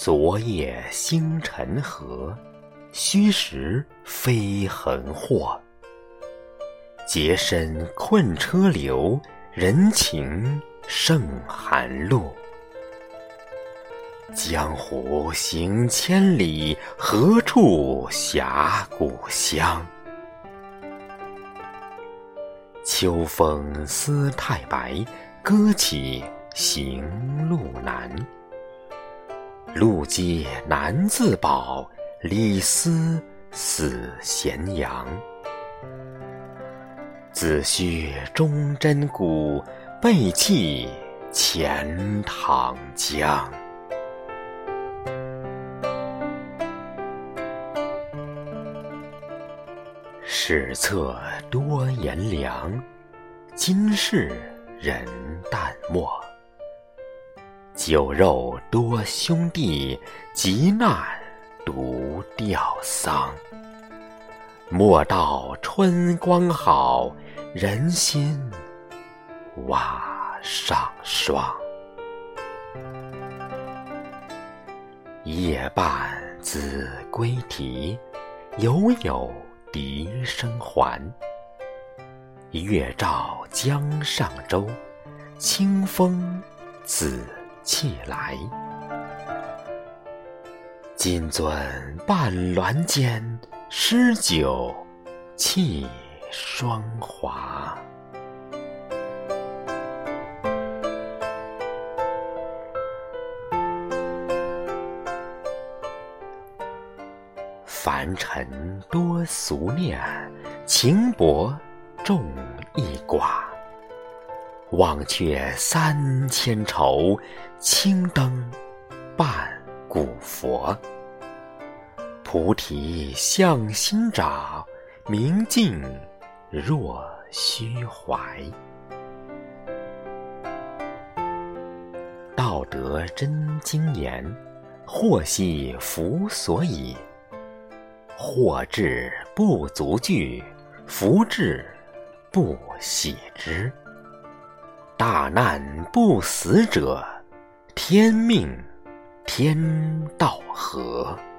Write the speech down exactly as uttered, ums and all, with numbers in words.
昨夜星辰河，虚实非横祸。洁身困车流，人情胜寒露。江湖行千里，何处暇故乡？秋风思太白，歌起行路难。路饥难自保，李斯死咸阳。子虚钟真骨，背弃钱塘江。史册多炎凉，今世人淡漠。酒肉多兄弟，急难独吊丧。莫道春光好，人心瓦上霜。夜半子规啼，犹有笛声还。月照江上洲，清风自气来。金樽半鸾间，诗酒泣霜华。凡尘多俗念，情薄重一寡。忘却三千愁，青灯伴古佛。菩提向心找，明镜若虚怀。道德真经言，祸兮福所倚。祸至不足惧，福至不喜之。大难不死者，天命天道合。